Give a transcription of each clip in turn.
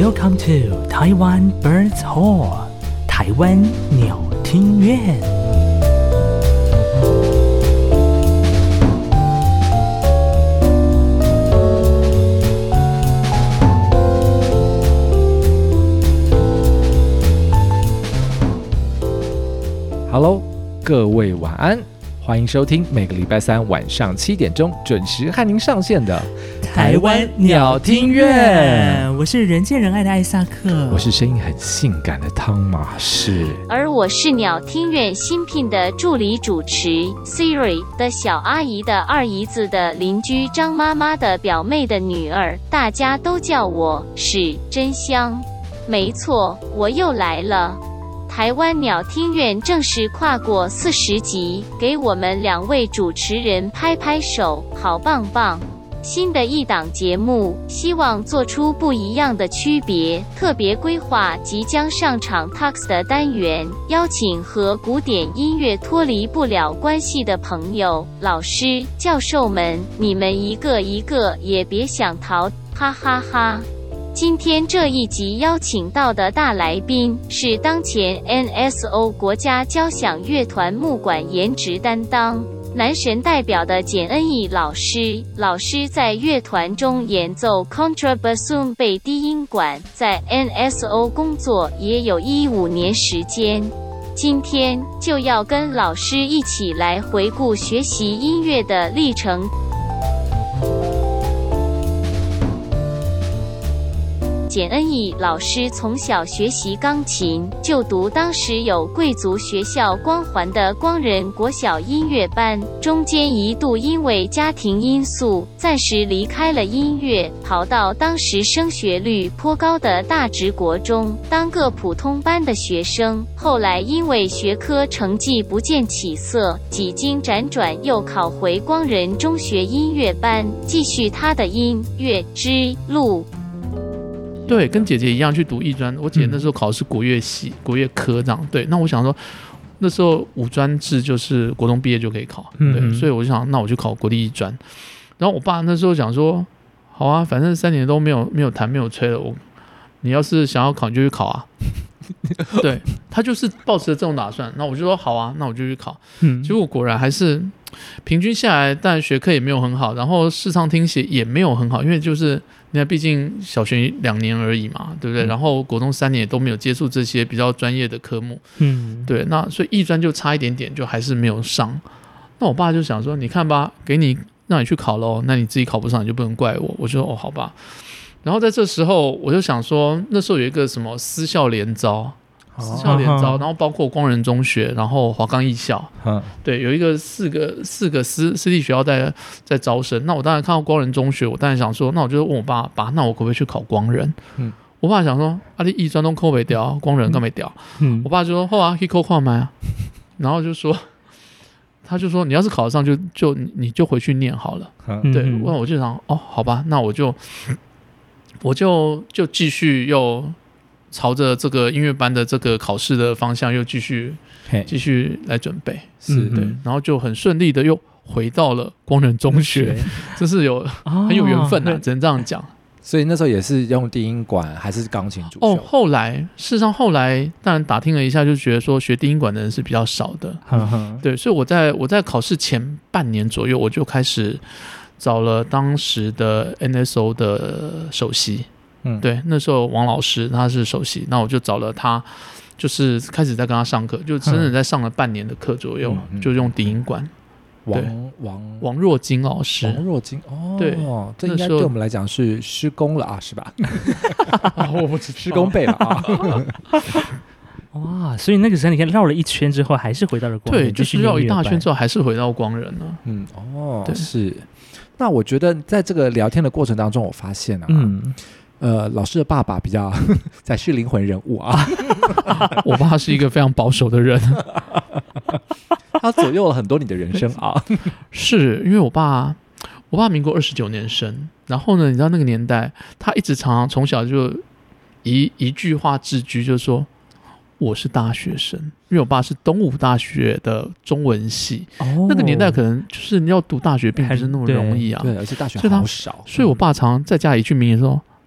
Welcome to Taiwan Birds Hall， 台湾鸟听院。 Hello， 各位晚安，欢迎收听每个礼拜三晚上7点钟准时和您上线的台湾鸟听院。我是人见人爱的艾萨克， 我是声音很性感的汤马士， 而我是鸟听院新聘的助理主持 Siri 的小阿姨的二姨子的邻居张妈妈的表妹的女儿，大家都叫我是真香。没错，我又来了。台湾鸟听院正式跨过40集，给我们2位主持人拍拍手，好棒棒！新的一档节目，希望做出不一样的区别，特别规划即将上场 Talks 的单元，邀请和古典音乐脱离不了关系的朋友、老师、教授们，你们一个一个也别想逃，哈哈哈！今天这一集邀请到的大来宾是当前 NSO 国家交响乐团木管颜值担当、男神代表的简恩义老师。老师在乐团中演奏 Contrabassoon 贝低音管，在 NSO 工作也有15年时间。今天就要跟老师一起来回顾学习音乐的历程。简恩义老师从小学习钢琴，就读当时有贵族学校光环的光仁国小音乐班，中间一度因为家庭因素暂时离开了音乐，跑到当时升学率颇高的大直国中当个普通班的学生，后来因为学科成绩不见起色，几经辗转又考回光仁中学音乐班，继续他的音乐之路。 对，跟姐姐一样去读艺专。我姐那时候考的是国乐系、国乐科这样。对，那我想说，那时候5专制就是国中毕业就可以考，对，所以我就想，那我就考国立艺专。然后我爸那时候想说，好啊，反正3年都没有弹没有吹了，你要是想要考，你就去考啊。对，他就是抱持着这种打算。那我就说好啊，那我就去考。结果果然还是平均下来，但学科也没有很好，然后视唱听写也没有很好，因为就是你看，毕竟小学2年而已嘛，对不对？然后国中3年也都没有接触这些比较专业的科目，对，那所以艺专就差一点点，就还是没有上。那我爸就想说，你看吧，给你让你去考咯，那你自己考不上，你就不能怪我。我就说哦，好吧。然后在这时候，我就想说，那时候有一个什么私校联招，然后包括光仁中学，然后华冈艺校，对，有一个四个私立学校在招生。那我当然看到光仁中学，我当然想说，那我就问我爸，那我可不可以去考光仁？我爸想说，你艺专都考不掉，光仁干没掉？我爸就说，好啊，可以考看买啊。然后他就说，你要是考得上你就回去念好了。对，我就想，哦，好吧，那我就继续又朝着这个音乐班的这个考试的方向又继续来准备，对，然后就很顺利的又回到了光仁中学，这是很有缘分啊，只能这样讲。 所以那时候也是用低音管还是钢琴主修？事实上后来当然打听了一下，就觉得说学低音管的人是比较少的，对，所以我在考试前半年左右，我就开始找了当时的 NSO 的首席，对，那时候王老师他是首席，那我就找了他，就是开始在跟他上课，就真的在上了半年的课左右，就用低音管。王若金老师，对， 这应该对我们来讲是施工了啊，是吧？我不知道，施工备了啊。 哇，所以那个时候你看绕了一圈之后，还是回到了光仁， 对，就是绕一大圈之后，还是回到光仁了。 对，是。那我觉得在这个聊天的过程当中，我发现啊，老师的爸爸比较才是灵魂人物啊。 我爸是一个非常保守的人， 他左右了很多你的人生啊。 是因为我爸民国29年生，然后呢，你知道那个年代，他一直常常从小就一句话自居，就是说我是大学生，因为我爸是东吴大学的中文系，那个年代可能就是你要读大学并不是那么容易啊， 对，而且大学好少， 所以我爸常在家里去名言说，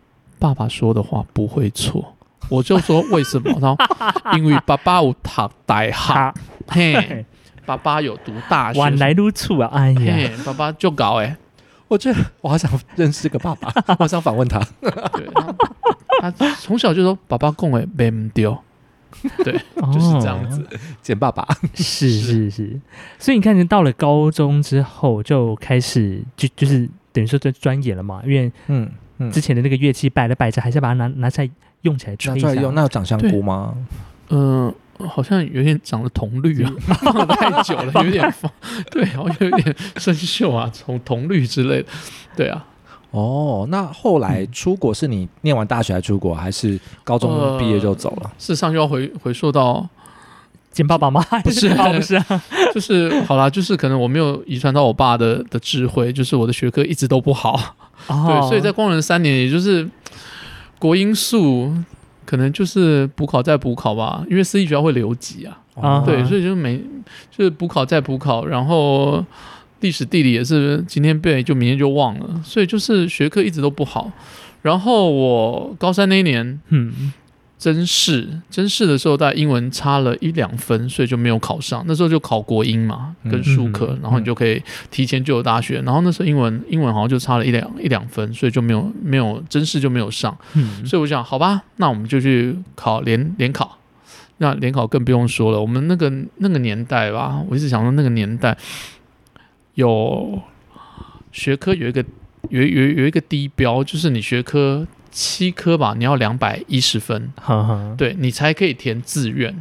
爸爸说的话不会错。我就说为什么？然后因为爸爸有读大学，嘿，爸爸有读大学， 晚来如初啊！哎呀， 爸爸就搞我觉得我好想认识个爸爸，我好想访问他。 对，他从小就说爸爸讲的没唔对，对，就是这样子。 简爸爸是，所以你看，你到了高中之后就开始就是等于说在钻研了嘛，因为之前的那个乐器摆着摆着，还是要把它拿出来用起来吹一下。 用，那有长香菇吗？ 好像有点长了铜绿啊，放了太久了，有点对，好像有点生锈啊，铜绿之类的，对啊。 那后来出国是你念完大学还出国，还是高中毕业就走了？ 事实上就要回溯到简爸爸吗？ 不是不是啊， 就是好啦，就是可能我没有遗传到我爸的智慧，就是我的学科一直都不好，对，所以在光仁3年，也就是国英数。可能就是补考再补考吧，因为私立学校会留级啊，对，所以就是补考再补考，然后历史地理也是今天背就明天就忘了，所以就是学科一直都不好。然后我高3那一年，甄试的时候，大概英文差了1-2分，所以就没有考上。那时候就考国英嘛，跟数科，然后你就可以提前就有大学。然后那时候英文好像就差了一两分，所以就没有甄试就没有上。所以我想，好吧，那我们就去考联考。那联考更不用说了，我们那个年代吧，我一直想说那个年代有学科有一个低标，就是你学科7科吧，你要210分，对，你才可以填志愿。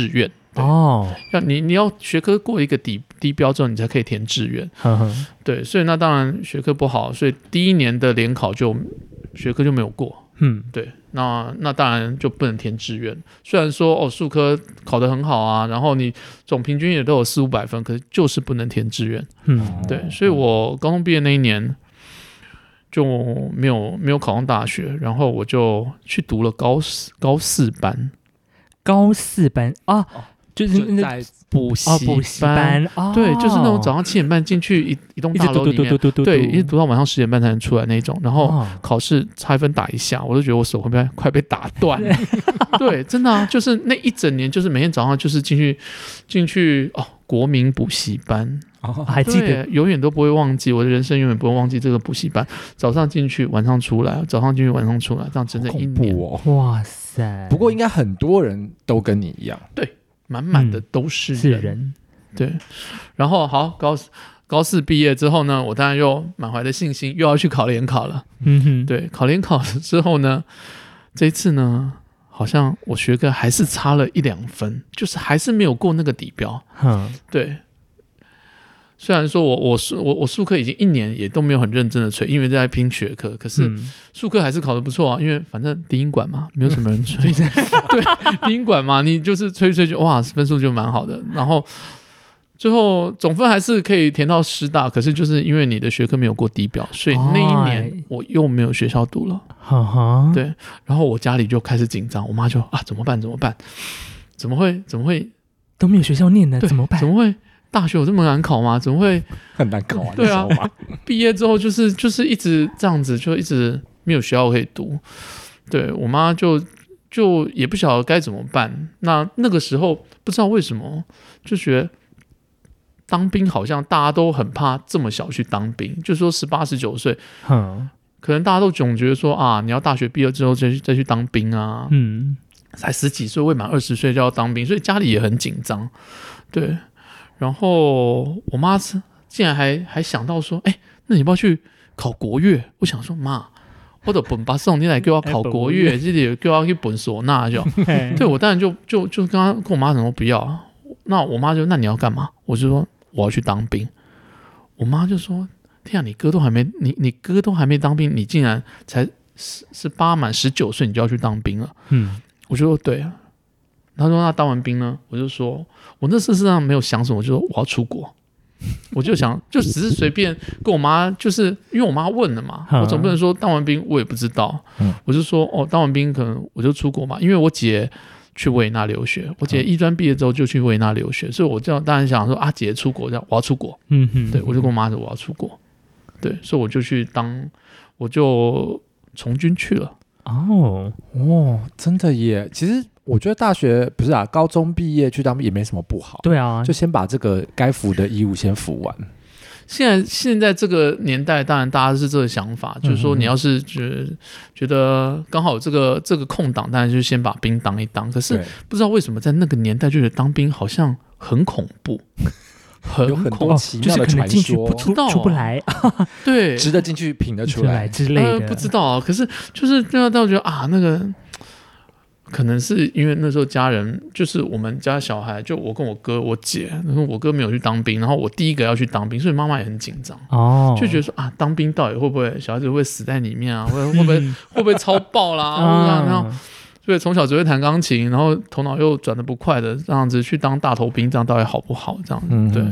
你要学科过一个低标之后，你才可以填志愿。对，所以那当然学科不好，所以第1年的联考就学科就没有过。对，那当然就不能填志愿。虽然说数科考得很好啊，然后你总平均也都有400-500分，可是就是不能填志愿。对，所以我高中毕业那一年就没有考上大学，然后我就去读了高4班。 高4班啊，就是那补习班，对，就是那种早上7点半进去一栋大楼里面，对，一直读到晚上10点半才能出来那种。然后考试差1分打1下，我就觉得我手会快被打断。对，真的啊，就是那一整年，就是每天早上就是进去国民补习班。 还记得， 永远都不会忘记，我的人生永远不会忘记这个补习班。早上进去，晚上出来，早上进去，晚上出来，这样整整1年。 哇塞！ 不过应该很多人都跟你一样， 对，满满的都是人。 对，然后好，高4毕业之后呢，我当然又满怀的信心，又要去考联考了。对，考联考之后呢，这一次呢，好像我学科还是差了1-2分，就是还是没有过那个底标。对。虽然说我数科已经1年也都没有很认真的吹，因为在拼学科，可是数科还是考得不错啊，因为反正低音管嘛，没有什么人吹。对，低音管嘛，你就是吹就哇，分数就蛮好的。然后最后总分还是可以填到师大，可是就是因为你的学科没有过底标，所以那一年我又没有学校读了。对，然后我家里就开始紧张，我妈就怎么办？怎么会都没有学校念呢？怎么办？ 怎么会？大学有这么难考吗？怎么会很难考啊？ 对啊，毕业之后就是一直这样子，就一直没有学校可以读。对，我妈就也不晓得该怎么办。那个时候不知道为什么就觉得当兵好像大家都很怕这么小去当兵，就说18-19岁，可能大家都总觉得说你要大学毕业之后再去当兵啊，才10几岁，未满20岁就要当兵，所以家里也很紧张。对。然后我妈竟然还想到说，那你不要去考国乐？我想说，妈，我的本巴送你来给我考国乐，这里给我去本唢呐就。对，我当然就跟我妈说不要。那我妈就那你要干嘛？我就说我要去当兵。我妈就说，天啊，你哥都还没当兵，你竟然才18满19岁你就要去当兵了。我就说对啊。他说那当完兵呢？我就说我那事实上没有想什么，我就说我要出国。我就想就只是随便跟我妈，就是因为我妈问了嘛，我总不能说当完兵我也不知道。我就说当完兵可能我就出国嘛，因为我姐去维也纳留学，我姐艺专毕业之后就去维也纳留学，所以我就当然想说姐出国，这样我要出国。对，我就跟我妈说我要出国。对，所以我就去我就从军去了。 真的耶。其实我觉得大学不是啊，高中毕业去当兵也没什么不好。 对啊， 就先把这个该服的义务先服完。 现在这个年代，当然大家是这个想法，就是说你要是觉得刚好有这个空档，当然就先把兵当一当。可是不知道为什么在那个年代，就觉得当兵好像很恐怖， 有很多奇妙的传说， 出不来， 对， 值得进去品得出来之类的， 不知道啊。可是就是让到觉得啊，那个。可能是因为那时候家人就是我们家小孩，就我跟我哥、我姐，然后我哥没有去当兵，然后我第一个要去当兵，所以妈妈也很紧张就觉得说啊，当兵到底会不会小孩子会死在里面啊？会不会超爆啦？然后所以从小只会弹钢琴，然后头脑又转得不快的这样子去当大头兵，这样到底好不好？这样对。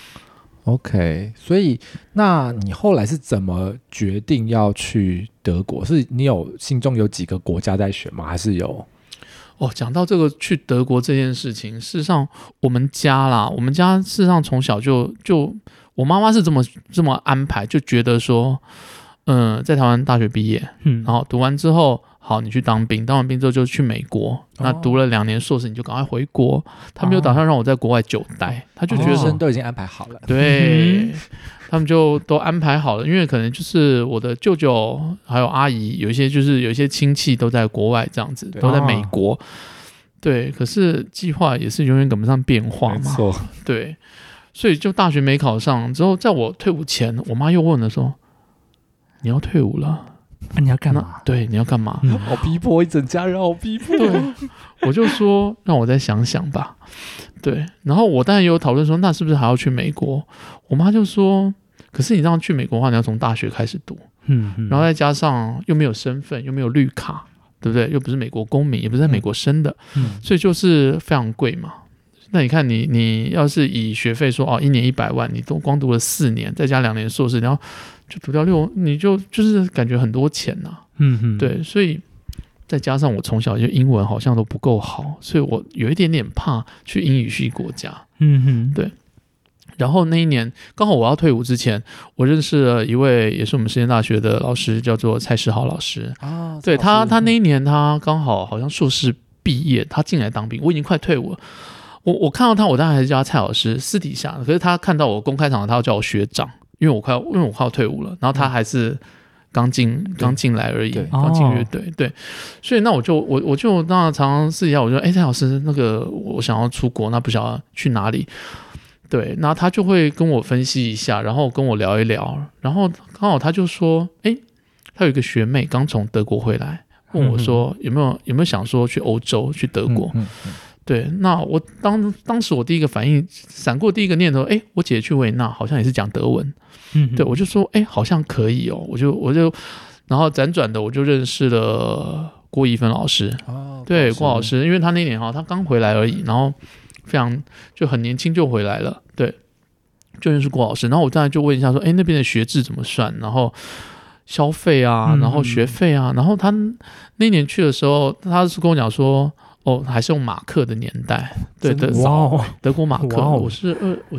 OK， 所以那你后来是怎么决定要去德国？是你心中有几个国家在选吗？还是有？ 讲到这个去德国这件事情，事实上我们家事实上从小就我妈妈是这么安排，就觉得说，在台湾大学毕业，然后读完之后，好，你去当兵，当完兵之后就去美国，那读了2年硕士，你就赶快回国。他没有打算让我在国外久待，他就觉得人都已经安排好了， 对。他们就都安排好了，因为可能就是我的舅舅还有阿姨，有一些亲戚都在国外这样子，都在美国。对，可是计划也是永远赶不上变化嘛。没错，对，所以就大学没考上之后，在我退伍前，我妈又问了说：“你要退伍了？ 你要干嘛？” 对，你要干嘛？ 好逼迫，一整家人好逼迫。 对，我就说让我再想想吧。对，然后我当然也有讨论说，那是不是还要去美国？我妈就说，可是你这样去美国的话，你要从大学开始读，然后再加上又没有身份，又没有绿卡，对不对？又不是美国公民，也不是在美国生的，所以就是非常贵嘛。那你看你要是以学费说1年100万，你都光读了4年，再加2年硕士，然后就读掉6，你就是感觉很多钱呐。对，所以。再加上我从小就英文好像都不够好，所以我有一点点怕去英语系国家。对。然后那一年刚好我要退伍之前，我认识了一位也是我们实践大学的老师，叫做蔡世豪老师。对，他那一年他刚好像硕士毕业，他进来当兵，我已经快退伍了。我看到他，我当然还是叫他蔡老师，私底下，可是他看到我公开场合，他要叫我学长，因为我快要退伍了，然后他还是。刚进来而已，刚进乐队，对，所以那我就那常常私底下我就蔡老师，那个我想要出国，那不晓得去哪里，对，那他就会跟我分析一下，然后跟我聊一聊，然后刚好他就说，他有一个学妹刚从德国回来，问我说有没有想说去欧洲去德国。对，那我当时我第一个反应闪过第一个念头，我姐去维也纳好像也是讲德文，对，我就说好像可以哦，我就然后辗转的我就认识了郭怡芬老师，对，郭老师，因为他那年他刚回来而已，然后非常就很年轻就回来了，对，就认识郭老师，然后我当然就问一下说，那边的学制怎么算，然后消费啊，然后学费啊，然后他那年去的时候，他是跟我讲说。还是用马克的年代，对的，德国马克。我是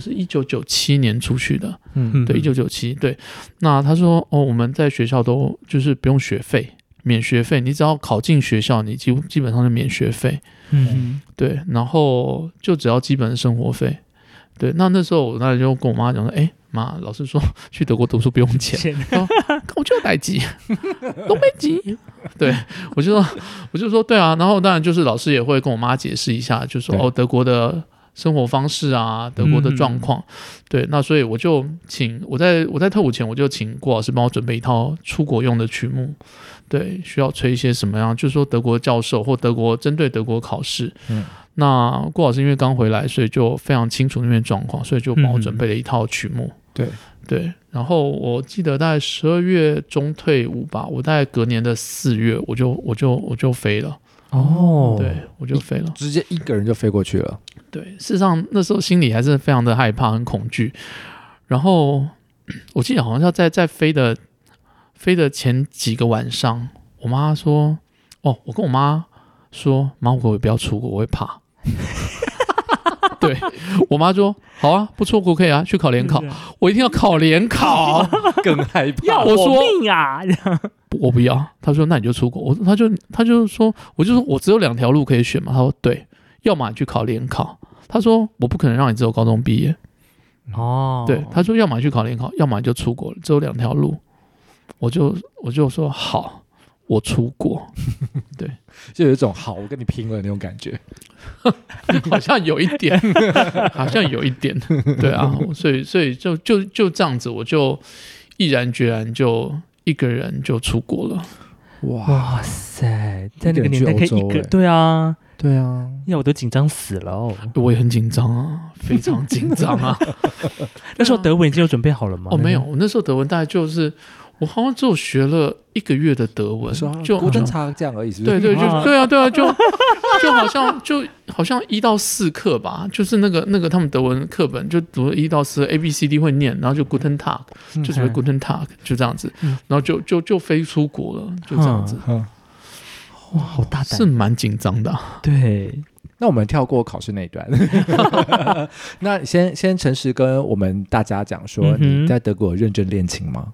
1997年出去的，对，1997，对。那他说，我们在学校都就是不用学费，免学费，你只要考进学校，你基本上就免学费，对。然后就只要基本的生活费，对。那时候我那就跟我妈讲说，妈，老师说去德国读书不用钱，我就待机，都没急。对，我就说对啊，然后当然就是老师也会跟我妈解释一下，就说德国的生活方式啊，德国的状况，对，那所以我就我在退伍前我就请郭老师帮我准备一套出国用的曲目，对，需要吹一些什么样，就是说德国教授或针对德国考试，那郭老师因为刚回来，所以就非常清楚那边状况，所以就帮我准备了一套曲目，对，然后我记得大概12月中退伍吧，我大概隔年的4月我就飞了。对，我就飞了， 直接一个人就飞过去了。 对，事实上那时候心里还是非常的害怕，很恐惧。然后我记得好像要在飞的前几个晚上，我妈说：“我跟我妈说，妈，我不要出国，我会怕。”对， 对，我妈说好啊，不出国可以啊，去考联考。我一定要考联考， 更害怕。 要我命啊！ 我不要。他说那你就出国。他就说，我就说我只有2条路可以选嘛。他说对，要么你去考联考。他说我不可能让你只有高中毕业。 哦， 对，他说要么你去考联考，要么你就出国了，只有2条路。我就说好。我出国，对， 就有一种好，我跟你拼了那种感觉， 好像有一点，好像有一点，对啊，所以就这样子，我就毅然决然就一个人就出国了。 哇塞，在那个年代可以一个，对啊，要我都紧张死了哦。 我也很紧张啊，非常紧张啊。 那时候德文已经有准备好了吗？ 没有，我那时候德文大概就是。我好像只有学了1个月的德文， 就Guten Tag这样而已，是不是？ 对，对啊，就好像1到4课吧，就是那个他们德文课本就读了1到4 A B C D 会念，然后就 Guten Tag， 就只会 Guten Tag， 就这样子，然后就飞出国了，就这样子。 哇，好大胆， 是蛮紧张的。 对， 那我们跳过考试那一段，那先诚实跟我们大家讲说，你在德国有认真练琴吗？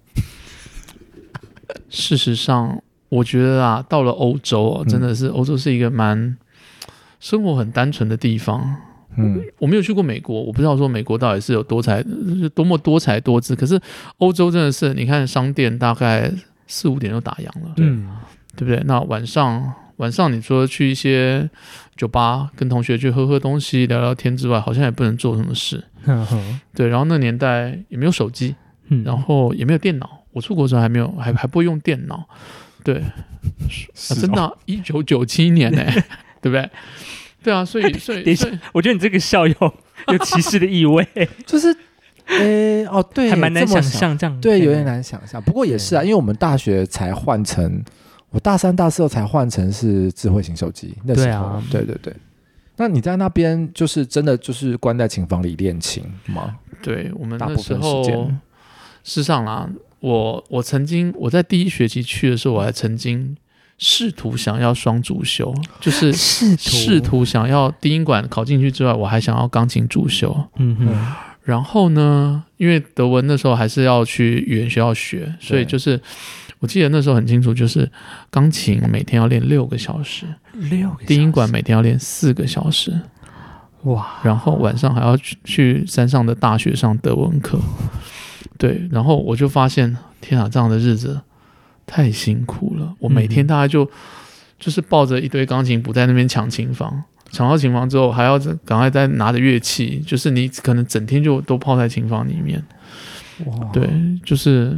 事实上，我觉得啊，到了欧洲真的是欧洲是一个蛮生活很单纯的地方。我没有去过美国，我不知道说美国到底是有多么多彩多姿。可是欧洲真的是，你看商店大概4、5点就打烊了，对不对？那晚上你说去一些酒吧跟同学去喝东西聊聊天之外，好像也不能做什么事。对，然后那年代也没有手机，然后也没有电脑。我出国的时候还不会用电脑，对，真的1997年对不对？对啊，所以我觉得你这个笑有歧视的意味， 就是对， 还蛮难想象这样， 对，有点难想象。不过也是啊，因为我们大学才换成，我大3、大4后才换成是智慧型手机，那时候，对。那你在那边就是真的就是关在琴房里练琴吗？ 对，我们那时候，事实上啦。我在第1学期去的时候，我还曾经试图想要双主修，就是试图想要低音管考进去之外，我还想要钢琴主修。然后呢，因为德文那时候还是要去语言学校学，所以就是我记得那时候很清楚，就是钢琴每天要练6个小时，低音管每天要练4个小时。哇！然后晚上还要去山上的大学上德文课。对，然后我就发现，天啊，这样的日子太辛苦了。我每天大概就是抱着一堆钢琴谱在那边抢琴房，抢到琴房之后，还要赶快再拿着乐器，就是你可能整天就都泡在琴房里面。哇！对，就是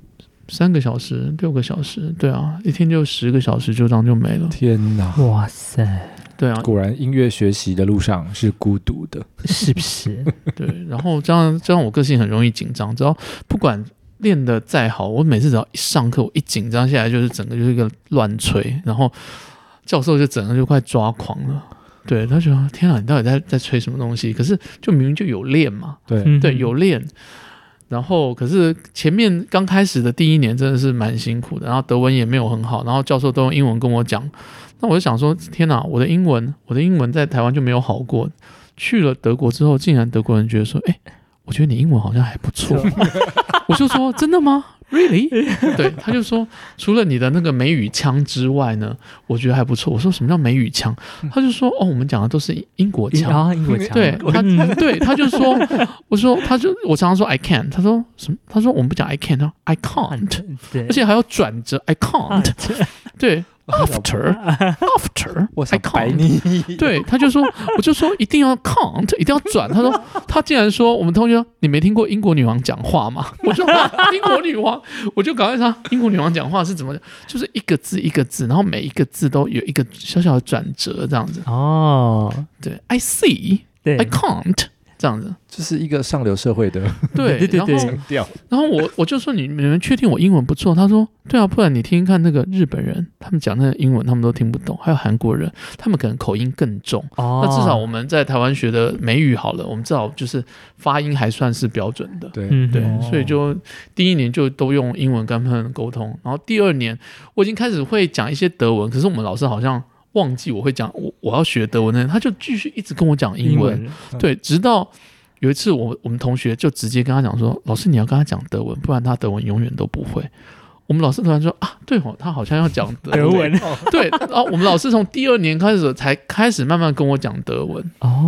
3个小时、6个小时，对啊，一天就10个小时，就这样就没了。 天哪！ 哇塞！ 对啊， 果然音乐学习的路上是孤独的， 是不是？ 对，然后这样我个性很容易紧张，只要不管练得再好，我每次只要一上课，我一紧张下来，就是整个就是一个乱吹，然后教授就整个就快抓狂了。对，他觉得天啊，你到底在吹什么东西？可是就明明就有练嘛，对，有练。然后可是前面刚开始的第1年真的是蛮辛苦的，然后德文也没有很好，然后教授都用英文跟我讲。那我就想说，天哪，我的英文在台湾就没有好过，去了德国之后，竟然德国人觉得说，我觉得你英文好像还不错。我就说，真的吗 ？Really？ 对，他就说，除了你的那个美语腔之外呢，我觉得还不错。我说什么叫美语腔？他就说，我们讲的都是英国腔。 英国腔。 对，他就说，我常常说 I can， 他说什么？他说我们不讲 I can， 他说 I can't， 而且还要转折 I can't， 对。After， 我想白你。 对，他就说，我就说一定要 can't， 一定要转。他说，他竟然说，我们同学说，你没听过英国女王讲话吗？我说英国女王，我就赶快说，英国女王讲话是怎么？就是一个字一个字，然后每一个字都有一个小小的转折，这样子。哦，对 ，I see，I can't。这样子就是一个上流社会的对，然后我就说你们确定我英文不错？他说对啊，不然你听听看那个日本人，他们讲那个英文他们都听不懂，还有韩国人，他们可能口音更重。那至少我们在台湾学的美语好了，我们至少就是发音还算是标准的。 对， 所以就第1年就都用英文跟他们沟通，然后第2年我已经开始会讲一些德文，可是我们老师好像忘记我会讲我要学德文的人，他就继续一直跟我讲英文，对，直到有一次我们同学就直接跟他讲说，老师你要跟他讲德文，不然他德文永远都不会。我们老师突然说啊，对哦，他好像要讲德文，对，然后我们老师从第2年开始才开始慢慢跟我讲德文。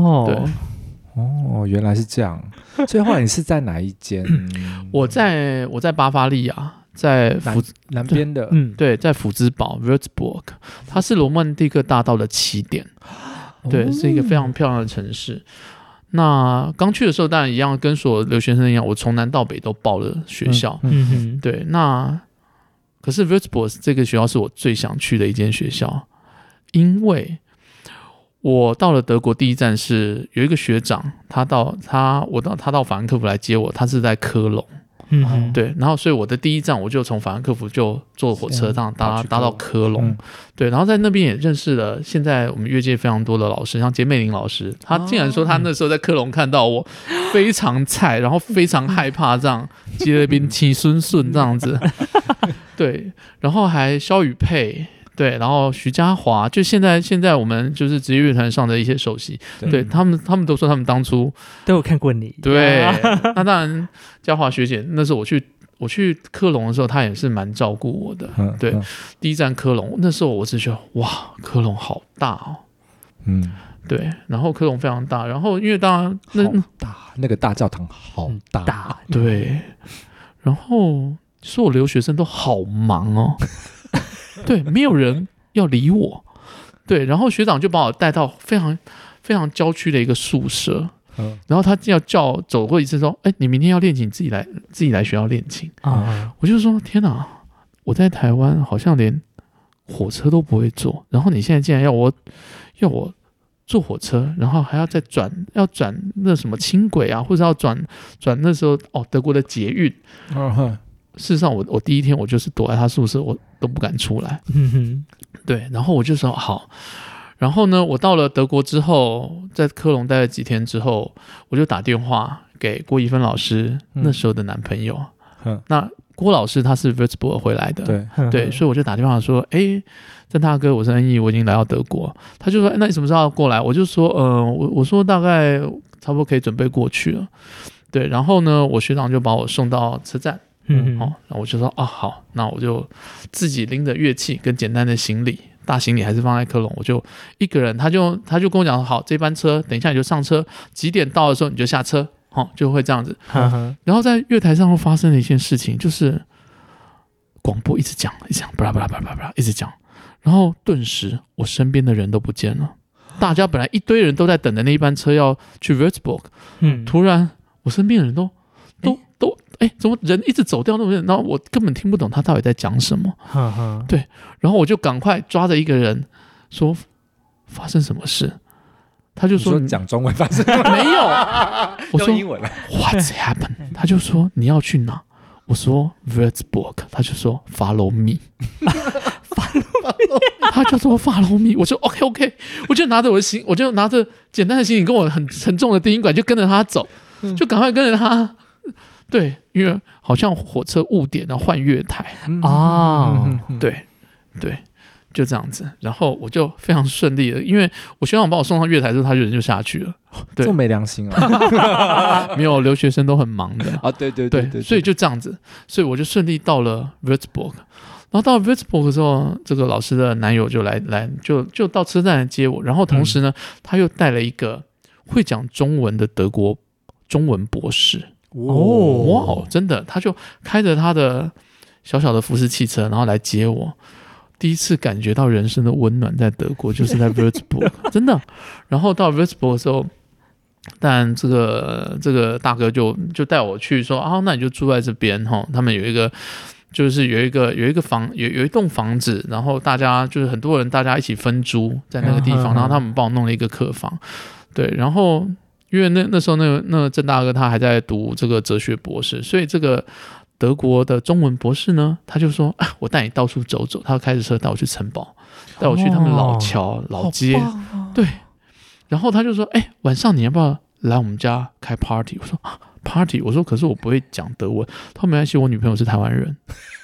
原来是这样。所以后来你是在哪一间？ 我在巴伐利亚，在南边的， 对，在福兹堡 Würzburg， 它是罗曼蒂克大道的起点，对，是一个非常漂亮的城市。那刚去的时候，当然一样，跟所有留学生一样，我从南到北都报了学校，对，那。可是 Würzburg 这个学校是我最想去的一间学校，因为我到了德国第一站是有一个学长，他到法兰克福来接我，他是在科隆，对，然后所以我的第一站我就从法兰克福就坐火车搭到科隆，对，然后在那边也认识了现在我们乐界非常多的老师，像简美玲老师，他竟然说他那时候在科隆看到我非常菜，然后非常害怕这样接了边气顺这样子。对，然后还萧雨佩，对，然后徐嘉华，就现在我们就是职业乐团上的一些首席，对，他们都说他们当初都有看过你， 对，那当然嘉华学姐那时候我去科隆的时候，她也是蛮照顾我的，对，第一站科隆，那时候我是觉得哇，科隆好大哦，对，然后科隆非常大，然后因为当然那个大教堂好大， 对，然后。所有留学生都好忙哦，对，没有人要理我，对，然后学长就把我带到非常非常郊区的一个宿舍，然后他要叫走过一次说，你明天要练琴，自己来学校练琴我就说天哪，我在台湾好像连火车都不会坐，然后你现在竟然要我坐火车，然后还要再转那什么轻轨啊，或者要转那时候德国的捷运，事实上我第一天我就是躲在他宿舍，我都不敢出来。对，然后我就说好，然后呢，我到了德国之后，在科隆待了几天之后，我就打电话给郭怡芬老师那时候的男朋友。那郭老师他是 Würzburg 回来的，对，所以我就打电话说，郑大哥，我是恩义，我已经来到德国。他就说，那你什么时候要过来？我就说，我说大概差不多可以准备过去了。对，然后呢，我学长就把我送到车站。然后我就说好，那我就自己拎着乐器跟简单的行李，大行李还是放在科隆，我就一个人，他就跟我讲好，这班车等一下你就上车，几点到的时候你就下车，就会这样子。然后在月台上会发生了一件事情，就是广播一直讲，巴拉巴拉巴拉巴拉一直讲，然后顿时我身边的人都不见了，大家本来一堆人都在等的那一班车要去 Würzburg，突然我身边的人都怎么人一直走掉那么远？然后我根本听不懂他到底在讲什么。对，然后我就赶快抓着一个人说发生什么事，他就说讲中文发生没有，我说英文 What's happened？ 他就说你要去哪？我说 Würzburg， 他就说 Follow me， 他就说 Follow me， 我说 OK， 我就拿着简单的行李跟我很沉重的低音管就跟着他走，就赶快跟着他。对，因为好像火车误点要换月台对，就这样子，然后我就非常顺利的，因为我学长把我送上月台之后，他人就下去了。对， 这么没良心啊！ 没有，留学生都很忙的啊，对， 所以就这样子，所以我就顺利到了 Würzburg。然后到 Würzburg 的时候，这个老师的男友就来就到车站来接我，然后同时呢，他又带了一个会讲中文的德国中文博士。哇，真的，他就开着他的小小的福斯汽车，然后来接我。第一次感觉到人生的温暖，在德国就是在 Würzburg， 真的。然后到 Würzburg 的时候，但这个大哥就带我去说那你就住在这边哈。他们有一个就是有一栋房子，然后大家就是很多人大家一起分租在那个地方，然后他们帮我弄了一个客房，对，然后。因为那时候那郑大哥他还在读这个哲学博士，所以这个德国的中文博士呢，他就说我带你到处走走，他开着车带我去城堡，带我去他们老桥老街，对，然后他就说晚上你要不要来我们家开 party？ 我说 party， 我说可是我不会讲德文，他说没关系，我女朋友是台湾人。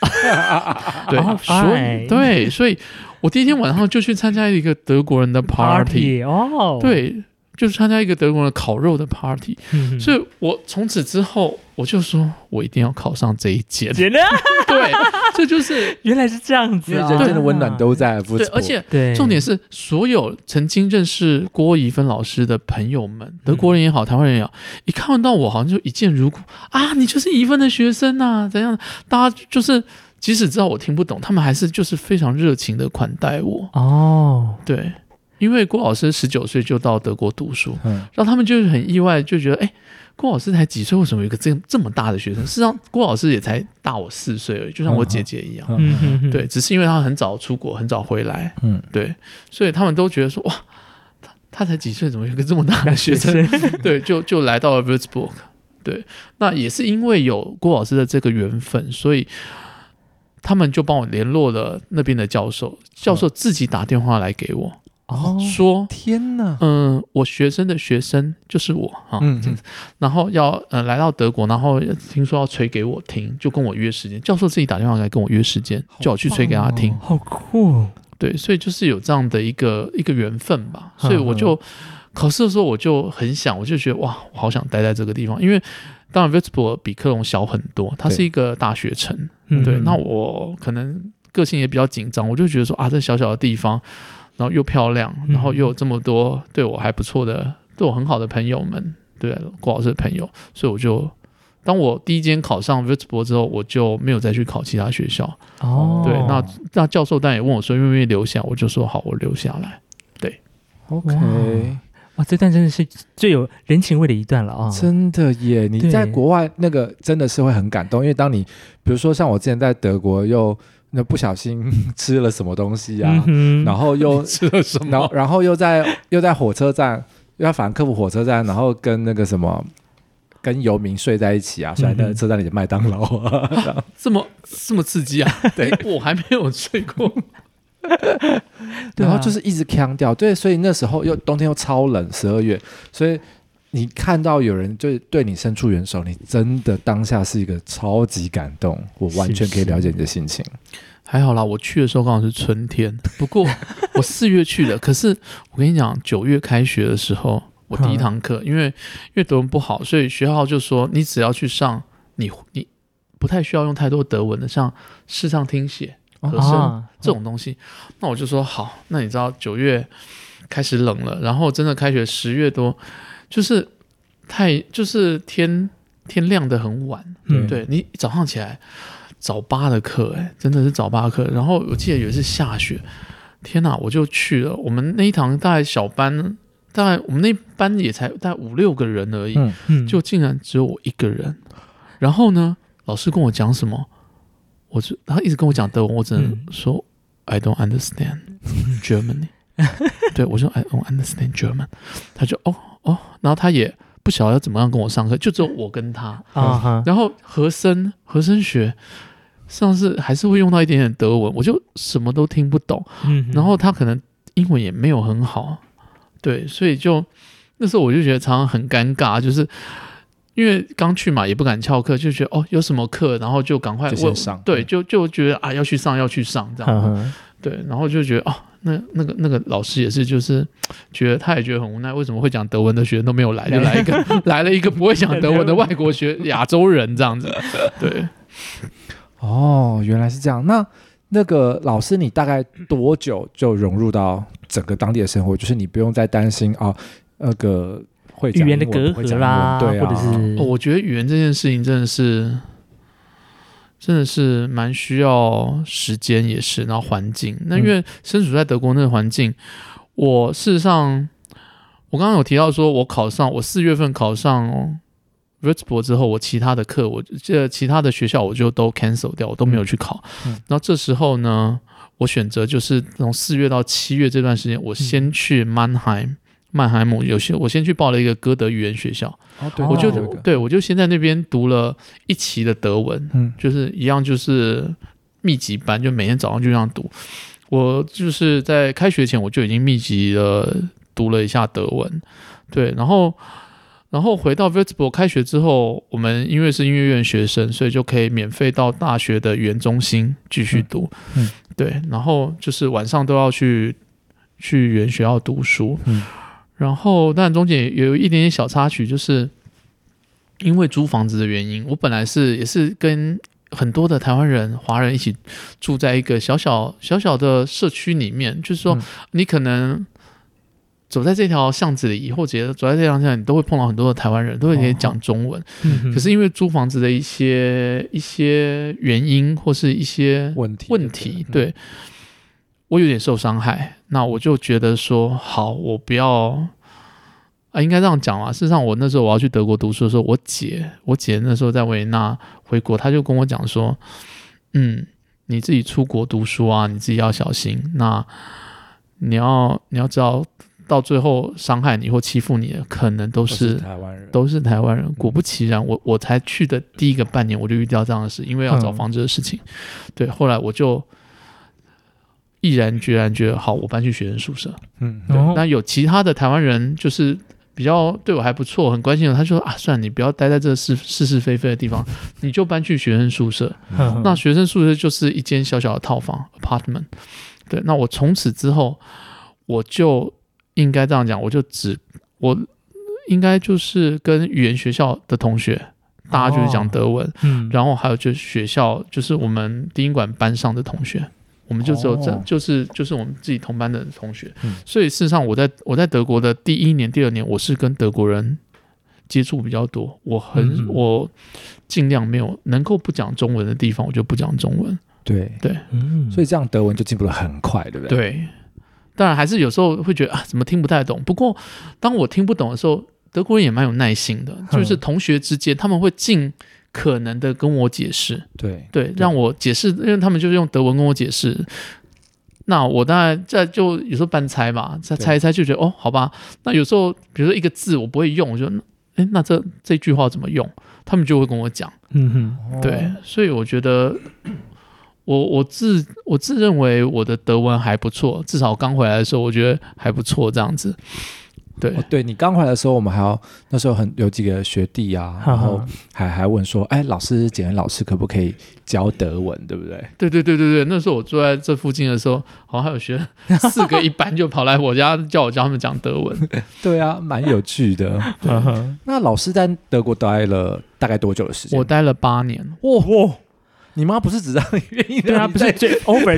对，所以我第一天晚上就去参加一个德国人的 party， 对，就是参加一个德国人烤肉的 party，所以我从此之后我就说我一定要考上这一届。对，这就是原来是这样子， 人间的温暖都在。 对，而且重点是所有曾经认识郭怡芬老师的朋友们，德国人也好，台湾人也好，一看到我好像就一见如故啊，你就是怡芬的学生啊，怎样？大家就是即使知道我听不懂，他们还是就是非常热情的款待我。哦，对。因为郭老师19岁就到德国读书，然后他们就是很意外，就觉得郭老师才几岁，为什么有一个这么大的学生？事实上，郭老师也才大我4岁而已，就像我姐姐一样。对，只是因为他很早出国，很早回来。对，所以他们都觉得说，哇，他才几岁，怎么有一个这么大的学生？对，就来到了 Würzburg。对，那也是因为有郭老师的这个缘分，所以他们就帮我联络了那边的教授，教授自己打电话来给我。说天哪， 我学生的学生就是我啊，然后要来到德国，然后听说要吹给我听，就跟我约时间。教授自己打电话来跟我约时间，叫我去吹给他听， 好酷。 对，所以就是有这样的一个缘分吧。所以我就考试的时候我就很想，我就觉得哇，我好想待在这个地方，因为当然 Würzburg 比科隆小很多，它是一个大学城。对，那我可能个性也比较紧张，我就觉得说啊，这小小的地方。然后又漂亮，然后又有这么多对我还不错的、对我很好的朋友们，对郭老师的朋友，所以我就当我第一间考上 Würzburg 之后，我就没有再去考其他学校。对，那教授当然也问我说愿不愿意留下，我就说好，我留下来。对 ，OK， 哇，这段真的是最有人情味的一段了啊！ 真的耶，你在国外那个真的是会很感动，因为当你比如说像我之前在德国那不小心吃了什么东西啊，然后又吃了什么， 然后又在火车站，又在法兰克福火车站，然后跟那个什么跟游民睡在一起啊，睡在那个车站里的麦当劳啊， 这么刺激啊！对，我还没有睡过。 然后就是一直呛掉，对，所以那时候冬天又超冷，12月，所以你看到有人就对你伸出援手，你真的当下是一个超级感动，我完全可以了解你的心情。 还好啦，我去的时候刚好是春天，不过我4月去的，可是我跟你讲，9月开学的时候，我第一堂课，因为德文不好，所以学校就说你只要去上，你不太需要用太多德文的，像视唱听写、和声这种东西。那我就说好，那你知道9月开始冷了，然后真的开学10月多。就是天亮得很晚，对，你早上起来早8的课，真的是早8课。然后我记得有一次下雪，天哪，我就去了。我们那一堂大概小班，大概我们那班也才大概5-6个人而已，就竟然只有我一个人。然后呢，老师跟我讲什么，他一直跟我讲德文，我只能说I don't understand Germany。对，我说 I don't understand German， 他就然后他也不晓得要怎么样跟我上课，就只有我跟他。然后和声学上次还是会用到一点点德文，我就什么都听不懂。然后他可能英文也没有很好，对，所以就那时候我就觉得常常很尴尬，就是因为刚去嘛，也不敢翘课，就觉得有什么课，然后就赶快问上， 对，就觉得要去上这样。对，然后就觉得那个老师也是，就是他也觉得很无奈，为什么会讲德文的学生都没有来，就来了一个不会讲德文的外国亚洲人这样子。对， 原来是这样。那个老师，你大概多久就融入到整个当地的生活？就是你不用再担心那个会讲语言的隔阂啦， 对啊， 或者是我觉得语言这件事情真的是蛮需要时间，也是，然后环境。那因为身处在德国那个环境，我事实上，我刚刚有提到说，我4月份考上Würzburg 之后，我其他的课，其他的学校我就都 cancel 掉，我都没有去考。然后这时候呢，我选择就是从4月到7月这段时间，我先去曼海姆，我先去报了一个歌德语言学校。我就先在那边读了1期的德文，就是一样，就是密集班，就每天早上就这样读。我就是在开学前我就已经密集的读了一下德文，对，然后然后回到 Würzburg 开学之后，我们因为是音乐院学生，所以就可以免费到大学的语言中心继续读。对，然后就是晚上都要去语言学校读书。然后当然中间也有一点点小插曲，就是因为租房子的原因，我本来也是跟很多的台湾人、华人一起住在一个小小的社区里面，就是说你可能走在这条巷子里，或者走在这条巷子里，你都会碰到很多的台湾人，都会可以讲中文。可是因为租房子的一些原因或是一些问题，对，我有点受伤害。那我就觉得说，好，我不要应该这样讲嘛。事实上，我那时候我要去德国读书的时候，我姐那时候在维也纳回国，她就跟我讲说，你自己出国读书啊，你自己要小心。那你要知道，到最后伤害你或欺负你的，可能都是台湾人。果不其然，我才去的第一个半年，我就遇到这样的事，因为要找房子的事情。对，后来我就毅然决然觉得，好，我搬去学生宿舍。那有其他的台湾人，就是比较对我还不错，很关心的，他就说算了，你不要待在这是是非非的地方，你就搬去学生宿舍。那学生宿舍就是一间小小的套房 apartment。对，那我从此之后，我就应该这样讲，我应该就是跟语言学校的同学，大家就是讲德文，然后还有就是学校，就是我们低音管班上的同学。我们就只有就是我们自己同班的同学。所以事实上我在德国的第1年第2年，我是跟德国人接触比较多，我尽量没有能够不讲中文的地方，我就不讲中文。对， 所以这样德文就进步得很快，对不对？ 对，当然还是有时候会觉得怎么听不太懂。不过当我听不懂的时候，德国人也蛮有耐心的，就是同学之间他们会尽可能的跟我解释，对，让我解释，因为他们就是用德文跟我解释。那我当然就有时候半猜嘛，猜一猜就觉得好吧。那有时候比如说一个字我不会用，我就那这句话怎么用？他们就会跟我讲。对，所以我觉得我自认为我的德文还不错，至少刚回来的时候我觉得还不错这样子。 对，你刚回来的时候，我们那时候有几个学弟啊，然后还问说，老师简恩老师可不可以教德文，对不对？ 对，那时候我住在这附近的时候，好像还有学4个一班就跑来我家叫我教他们讲德文。 对啊，蛮有趣的。那老师在德国待了大概多久的时间？ 我待了8年。 哇！你妈不是只让你愿意的？ 对啊，不是over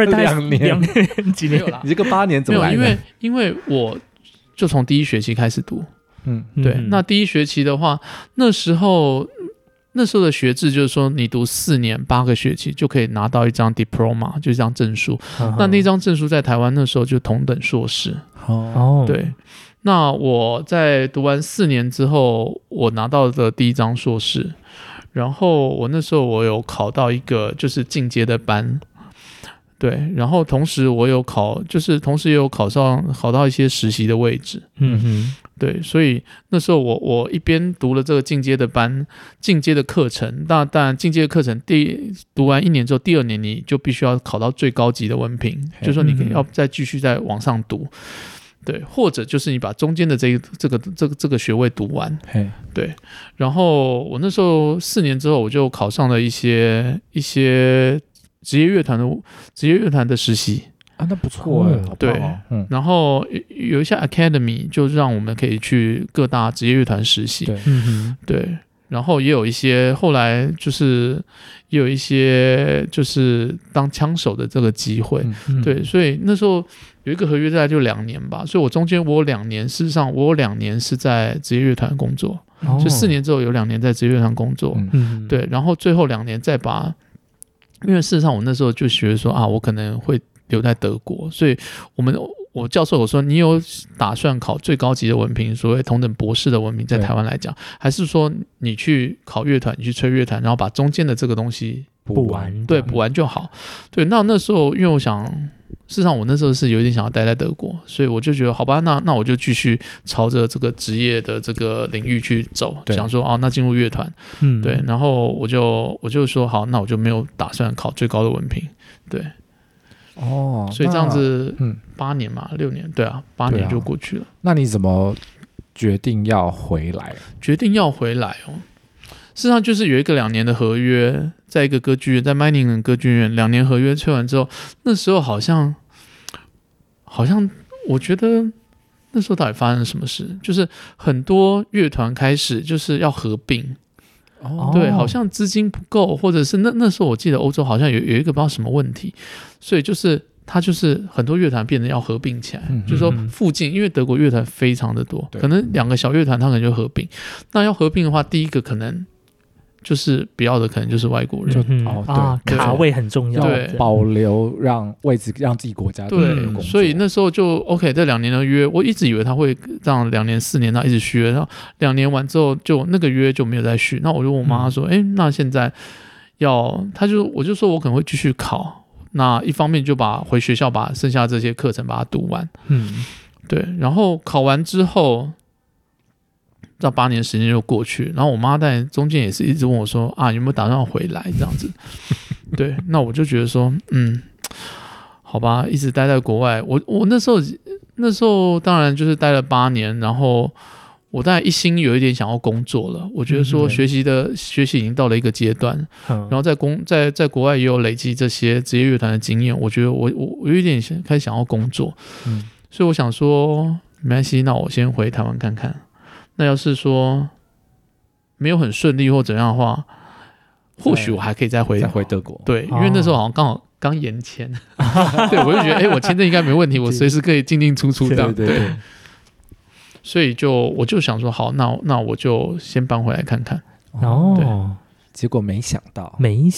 2年几年有啦？ 你这个8年怎么来的？ 没有，因为我就从第1学期开始读。对。那第1学期的话，那时候的学制就是说，你读4年8个学期就可以拿到一张 diploma， 就是一张证书。那张证书在台湾那时候就同等硕士。对。那我在读完4年之后，我拿到的第1张硕士。然后我那时候我有考到一个就是进阶的班。对，然后同时我有同时也有考到一些实习的位置。对，所以那时候我一边读了这个进阶的班、进阶的课程。当然进阶的课程读完1年之后，第2年你就必须要考到最高级的文凭，就是说你要再继续再往上读。对，或者就是你把中间的这个学位读完。对，然后我那时候4年之后，我就考上了一些职业乐团的实习。 那不错对，然后有一些 academy 就让我们可以去各大职业乐团实习。对，然后也有一些后来就是也有一些就是当枪手的这个机会。对，所以那时候有一个合约大概就2年吧，所以我中间我有2年，事实上我有2年是在职业乐团工作。就4年之后有2年在职业乐团工作。对，然后最后2年再因为事实上我那时候就觉得说我可能会留在德国，所以我教授有说，你有打算考最高级的文凭，所谓同等博士的文凭，在台湾来讲，还是说你去考乐团，你去吹乐团，然后把中间的这个东西补完？ 对，补完就好。对，那时候因为我想，事实上我那时候是有一点想要待在德国，所以我就觉得好吧，那我就继续朝着这个职业的这个领域去走，想说那进入乐团。对，然后我就说好，那我就没有打算考最高的文凭。对。所以这样子8年嘛，6年，对啊，8年就过去了。 那你怎么决定要回来？ 决定要回来哦，事实上就是有一个2年的合约，在一个歌剧院，在 Meiningen 歌剧院2年合约吹完之后，那时候好像我觉得那时候到底发生了什么事？就是很多乐团开始就是要合并。对，好像资金不够，或者是那时候我记得欧洲好像有一个不知道什么问题，所以就是它就是很多乐团变成要合并起来，就是说附近因为德国乐团非常的多，可能2个小乐团它可能就合并。那要合并的话，第一个可能就是不要的可能就是外国人， 对，卡位很重要， 对，保留让位置让自己国家对，所以那时候就 OK， 这2年的约，我一直以为他会这样2年4年，他一直续约，然后2年完之后就那个约就没有再续。那我就问我妈说，那现在我就说我可能会继续考，那一方面就回学校把剩下这些课程把它读完，对，然后考完之后。到8年时间就过去，然后我妈在中间也是一直问我说有没有打算回来这样子。对，那我就觉得说好吧，一直待在国外，我那时候当然就是待了8年，然后我大概一心有一点想要工作了，我觉得说学习已经到了一个阶段，然后在国外也有累积这些职业乐团的经验，我觉得我有一点开始想要工作，所以我想说没关系，那我先回台湾看看。那要是说没有很顺利或怎样的话，或许我还可以再回德国。 对，因为那时候好像刚延签，对，我就觉得我签证应该没问题，我随时可以进出这样。对，所以我就想说好，那我就先搬回来看看。 对， 结果没想到，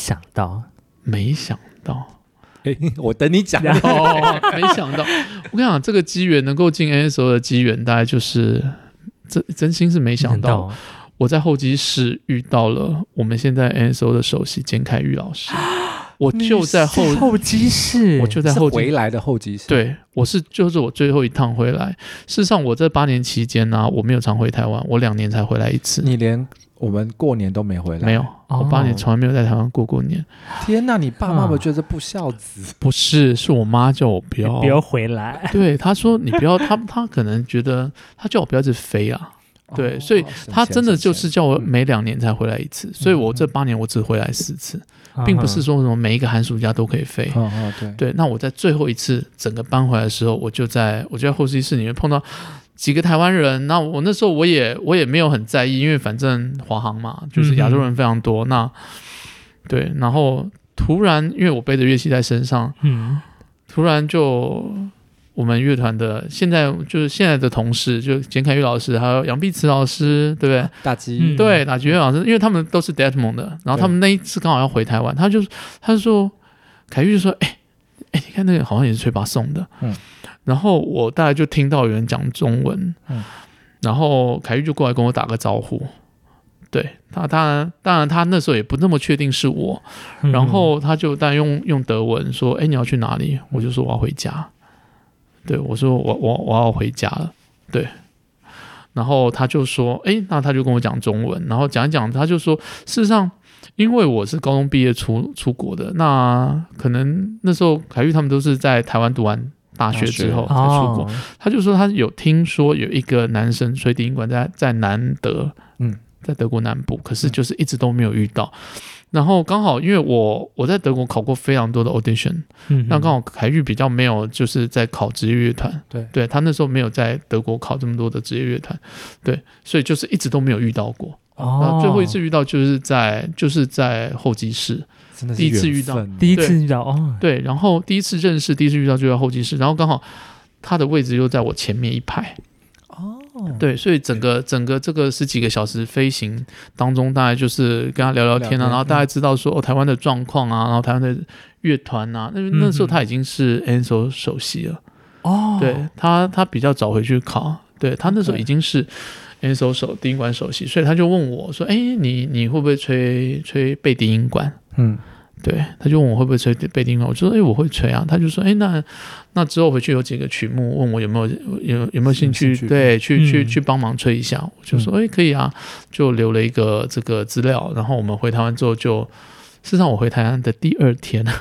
我等你讲。 没想到，我跟你讲，这个机缘能够进 NSO 的机缘，大概就是真心是没想到。我在候机室遇到了我们现在 NSO 的首席简凯玉老师，我就在候机室， 我就在候机回来的候机室。 对，就是我最后一趟回来。事实上，我这8年期间呢，我没有常回台湾，我2年才回来一次。 你连我们过年都没回来？ 没有，我8年从来没有在台湾过年。 天哪，你爸妈不觉得不孝子？ 不是，是我妈叫我不要回来。 对，她说你不要，她可能觉得她叫我不要一直飞啊。对，所以他真的就是叫我每2年才回来一次，所以我这8年我只回来4次，并不是说什么每一个寒暑假都可以飞。对，那我在最后一次整个搬回来的时候，我就在候机室里面碰到几个台湾人。那我那时候我也没有很在意，因为反正华航嘛，就是亚洲人非常多。那对，然后突然因为我背着乐器在身上，突然就。我们乐团的现在的同事，就简凯玉老师，还有杨碧慈老师，对不对？ 打击对打击乐老师，因为他们都是 Detmond 的，然后他们那一次刚好要回台湾，他就说，凯玉就说，你看那个好像也是吹巴颂的，然后我大概就听到有人讲中文，然后凯玉就过来跟我打个招呼。对他当然他那时候也不那么确定是我，然后他就当然用德文说，你要去哪里？我就说我要回家。对，我说我要回家了，对，然后他就说，那他就跟我讲中文，然后讲一讲，他就说，事实上，因为我是高中毕业出国的，那可能那时候凯玉他们都是在台湾读完大学之后才出国，他就说他有听说有一个男生吹低音管在南德，在德国南部，可是就是一直都没有遇到。然后刚好因为我在德国考过非常多的 audition，那刚好凯玉比较没有就是在考职业乐团，对他那时候没有在德国考这么多的职业乐团，对，所以就是一直都没有遇到过。最后一次遇到就是在候机室，第一次遇到对，然后第一次认识，第一次遇到就在候机室，然后刚好他的位置又在我前面一排。对，所以整个这个10几个小时飞行当中，大概就是跟他聊聊天啊，然后大概知道说台湾的状况啊，然后台湾的乐团啊，那时候他已经是 NSO 首席了。对，他比较早回去考，对，他那时候已经是 NSO 低音管首席，所以他就问我说，你会不会吹贝低音管？对，他就问我会不会吹贝低音管，我就说我会吹啊。他就说那之后回去有几个曲目，问我有没有兴趣，对，去帮忙吹一下。我就说可以啊，就留了一个这个资料。然后我们回台湾之后事实上我回台湾的第2天，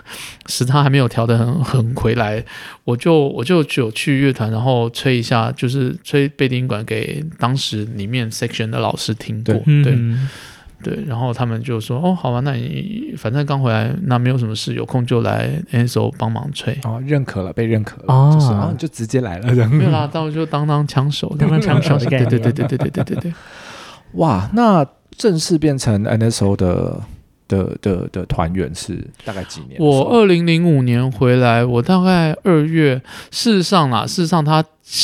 时差还没有调得很回来，我就有去乐团，然后吹一下，就是吹贝丁管给当时里面 section 的老师听过，对，然后他们就说哦，好吧，那你反正刚回来，那没有什么事，有空就来 NSO 帮忙吹。 哦，认可了，被认可了，就是然后你就直接来了， 没有啦，但我就当枪手， 当枪手的概念， 对。 哇，那正式变成 NSO 的团员是大概几年？ 我2005年回来，我大概2月。事实上他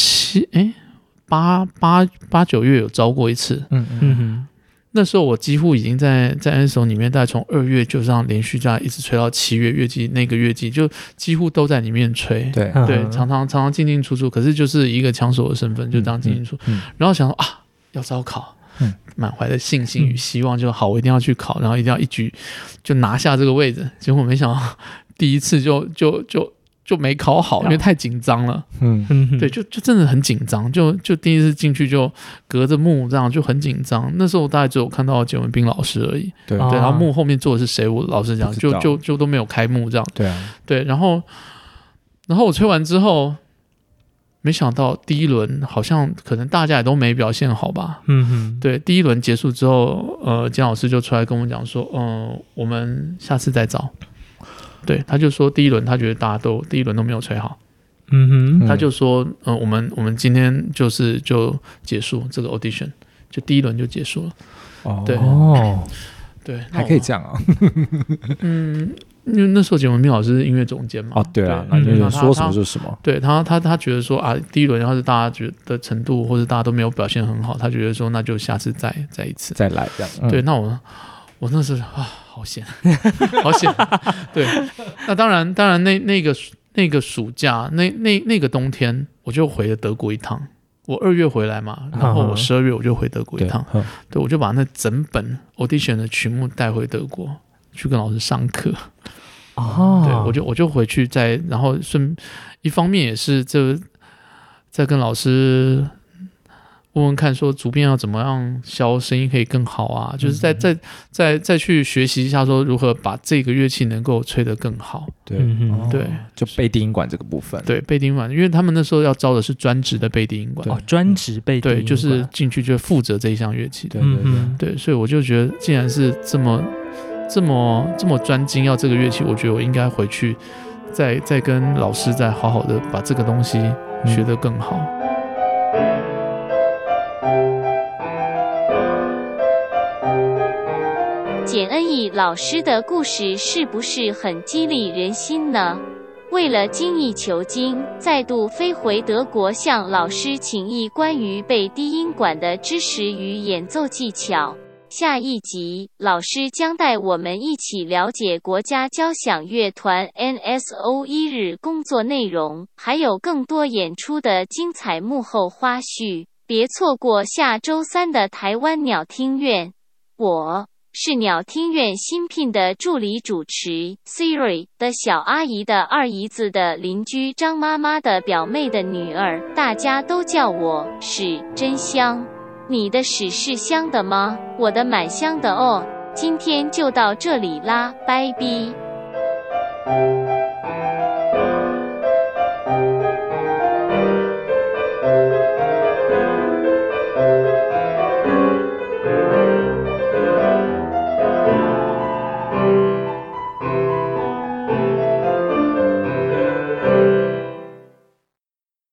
8、9月有招过一次。那时候我几乎已经在 NSO 里面，大概从2月就这样连续这样一直吹到7月乐季，那个乐季就几乎都在里面吹。对，常常进进出出，可是就是一个枪手的身份，就这样进进出。然后想说啊，要招考。满怀的信心与希望，就好，我一定要去考，然后一定要一举就拿下这个位置。结果没想到第一次就没考好，因为太紧张了。对，就真的很紧张，就第一次进去就隔着幕这样就很紧张。那时候我大概只有看到简文彬老师而已。对，然后幕后面坐的是谁，我老实讲就都没有开幕这样。对，然后我吹完之后。没想到第一轮好像可能大家也都没表现好吧。对，第一轮结束之后，简老师就出来跟我讲说，我们下次再找。对，他就说第一轮他觉得大家第一轮都没有吹好。他就说，我们今天就结束这个 audition， 就第一轮就结束了。对， 还可以这样啊。 因为那时候简文彬老师是音乐总监嘛， 对啊，那就是说什么就是什么。 对他觉得说啊，第一轮要是大家觉得程度或者大家都没有表现很好，他觉得说那就下次再一次再来这样。 对，那我那时候好险，好险。对，那当然那个暑假那个冬天我就回了德国一趟。我2月回来嘛，然后我12月我就回德国一趟。对，我就把那整本 audition 的曲目带回德国。去跟老师上课。对，我就回去然后一方面也是再跟老师问问看，说主编要怎么样削声音可以更好啊，就是再去学习一下，说如何把这个乐器能够吹得更好。 对，就贝低音管这个部分。 对，贝低音管，因为他们那时候要招的是专职的贝低音管。 专职贝低音管。 对，就是进去就负责这一项乐器。对，所以我就觉得，既然是这么专精要这个乐器，我觉得我应该回去再跟老师再好好的把这个东西学得更好。 简恩义老师的故事是不是很激励人心呢？为了精益求精，再度飞回德国向老师请益关于贝低音管的知识与演奏技巧。下一集，老师将带我们一起了解国家交响乐团 NSO 1日工作内容，还有更多演出的精彩幕后花絮。别错过下周3的台湾鸟听院。我是鸟听院新聘的助理主持 Siri 的小阿姨的二姨子的邻居张妈妈的表妹的女儿，大家都叫我是真香。你的屎是香的吗？我的蛮香的哦。今天就到这里啦，拜拜。